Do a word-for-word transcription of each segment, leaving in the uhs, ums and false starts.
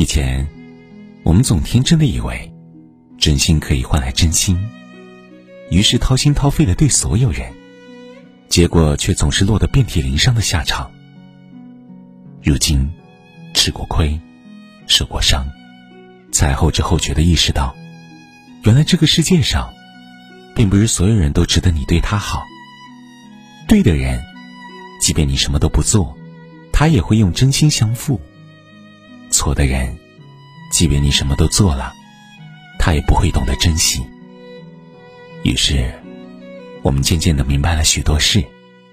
以前我们总天真的以为真心可以换来真心，于是掏心掏肺的对所有人，结果却总是落得遍体鳞伤的下场。如今吃过亏，受过伤，才后知后觉地意识到，原来这个世界上并不是所有人都值得你对他好。对的人，即便你什么都不做，他也会用真心相付；错的人，即便你什么都做了，他也不会懂得珍惜。于是我们渐渐地明白了许多事，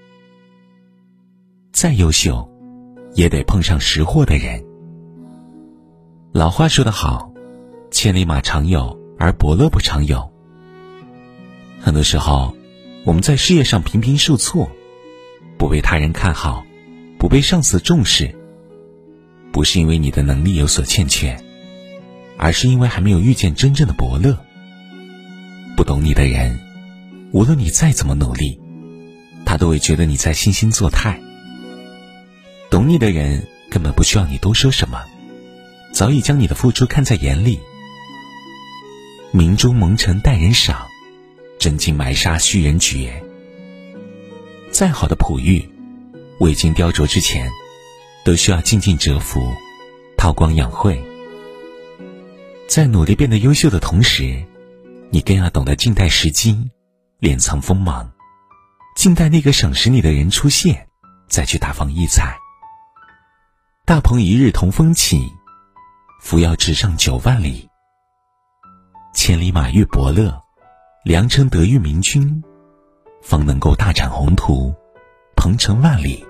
再优秀也得碰上识货的人。老话说得好，千里马常有，而伯乐不常有。很多时候我们在事业上频频受挫，不被他人看好，不被上司重视，不是因为你的能力有所欠缺，而是因为还没有遇见真正的伯乐。不懂你的人，无论你再怎么努力，他都会觉得你在惺惺作态。懂你的人根本不需要你多说什么，早已将你的付出看在眼里。明珠蒙尘待人赏，真金埋沙须人掘。再好的璞玉，未经雕琢之前，都需要静静蛰伏，韬光养晦。在努力变得优秀的同时，你更要懂得静待时机，敛藏锋芒，静待那个赏识你的人出现，再去大放异彩。大鹏一日同风起，扶摇直上九万里。千里马遇伯乐，良辰得遇明君，方能够大展宏图，鹏程万里。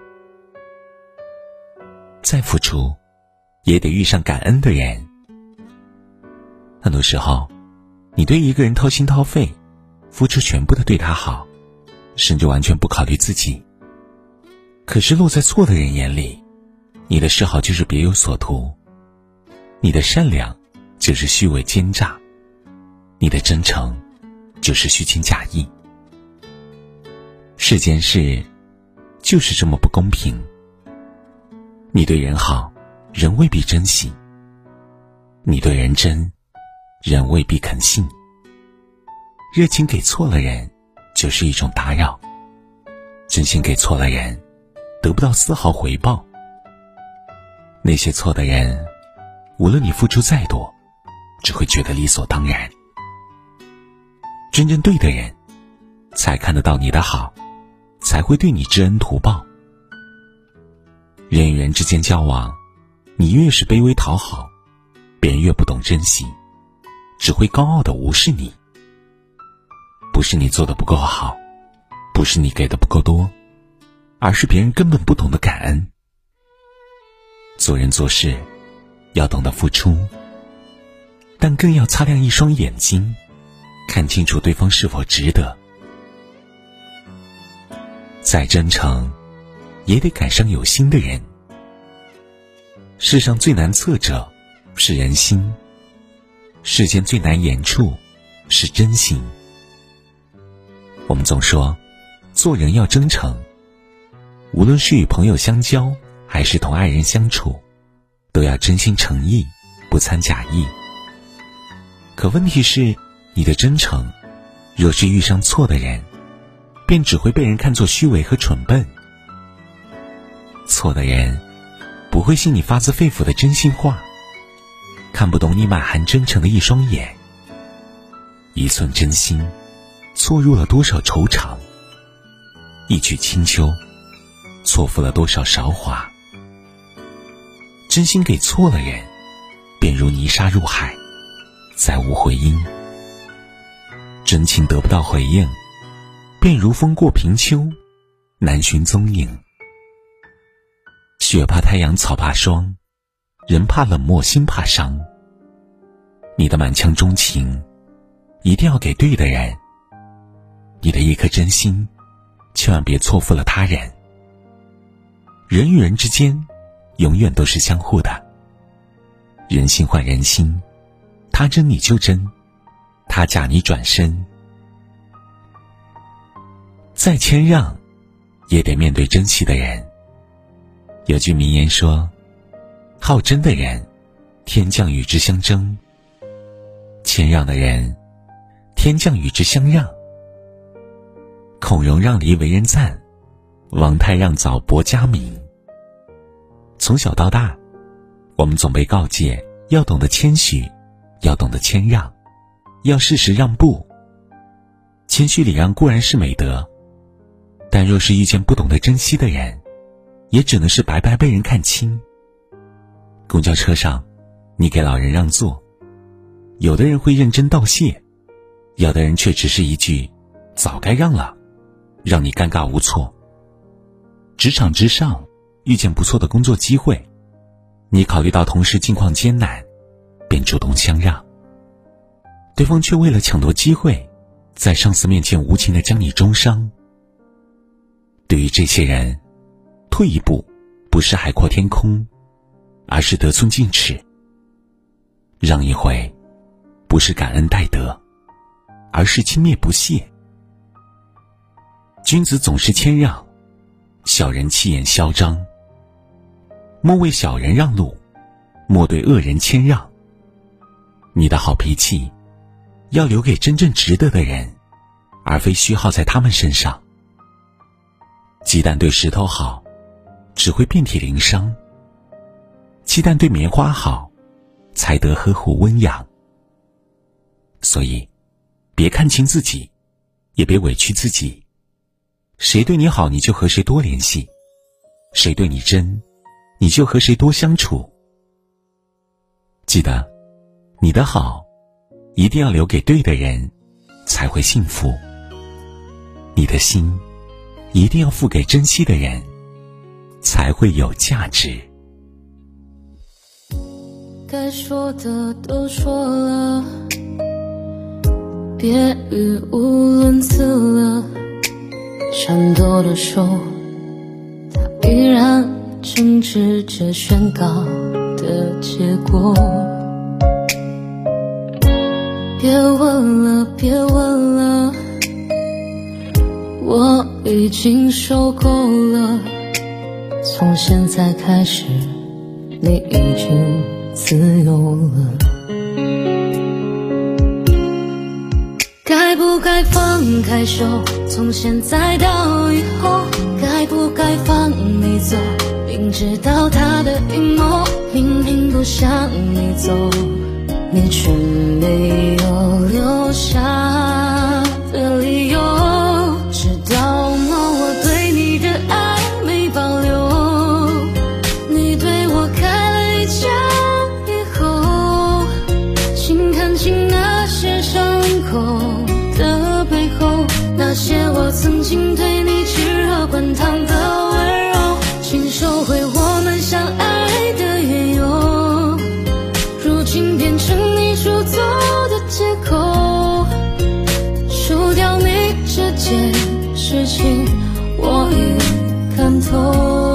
再付出，也得遇上感恩的人。很多时候，你对一个人掏心掏肺，付出全部的对他好，甚至完全不考虑自己。可是落在错的人眼里，你的示好就是别有所图，你的善良就是虚伪奸诈，你的真诚就是虚情假意。世间事就是这么不公平，你对人好，人未必珍惜；你对人真，人未必肯信。热情给错了人，就是一种打扰；真心给错了人，得不到丝毫回报。那些错的人，无论你付出再多，只会觉得理所当然。真正对的人，才看得到你的好，才会对你知恩图报。人与人之间交往，你越是卑微讨好，别人越不懂珍惜，只会高傲地无视你。不是你做得不够好，不是你给的不够多，而是别人根本不懂得感恩。做人做事要懂得付出，但更要擦亮一双眼睛，看清楚对方是否值得。再真诚，也得赶上有心的人。世上最难测者是人心，世间最难言处是真心。我们总说，做人要真诚，无论是与朋友相交，还是同爱人相处，都要真心诚意，不掺假意。可问题是，你的真诚若是遇上错的人，便只会被人看作虚伪和蠢笨。错的人不会信你发自肺腑的真心话，看不懂你满含真诚的一双眼。一寸真心错入了多少愁肠，一曲清秋错付了多少韶华。真心给错了人，便如泥沙入海，再无回音。真情得不到回应，便如风过平丘，难寻踪影。雪怕太阳，草怕霜，人怕冷漠，心怕伤。你的满腔钟情，一定要给对的人；你的一颗真心，千万别错付了他人。人与人之间，永远都是相互的。人心换人心，他真你就真，他假你转身。再谦让，也得面对珍惜的人。有句名言说，好真的人， 天降与之相争；谦让的人，天降与之相让。孔融让梨为人赞，王泰让枣博佳名。从小到大，我们总被告诫要懂得谦虚，要懂得谦让，要适时让步。谦虚礼让固然是美德，但若是遇见不懂得珍惜的人，也只能是白白被人看轻。公交车上，你给老人让座，有的人会认真道谢，有的人却只是一句早该让了，让你尴尬无措。职场之上，遇见不错的工作机会，你考虑到同事境况艰难，便主动相让，对方却为了抢夺机会，在上司面前无情地将你中伤。对于这些人，退一步不是海阔天空，而是得寸进尺。让一回不是感恩戴德，而是轻蔑不屑。君子总是谦让，小人气焰嚣张。莫为小人让路，莫对恶人谦让。你的好脾气要留给真正值得的人，而非虚耗在他们身上。鸡蛋对石头好，只会遍体鳞伤；鸡蛋对棉花好，才得呵护温养。所以，别看轻自己，也别委屈自己。谁对你好，你就和谁多联系；谁对你真，你就和谁多相处。记得，你的好一定要留给对的人，才会幸福。你的心一定要付给珍惜的人，才会有价值。 该说的都说了，别语无伦次了。颤抖的手，它依然静止着宣告的结果。别问了，别问了，我已经受够了。从现在开始，你已经自由了。该不该放开手？从现在到以后，该不该放你走？明知道他的阴谋，明明不想你走，你却没有留下的理由。知道吗？我对你的爱没保留，你对我开了一枪以后，请看清那些伤口的背后，那些我曾经对你炙热滚烫的温柔，请收回我们相爱的缘由，如今变成你出走的借口。输掉你这件事情，我已看透。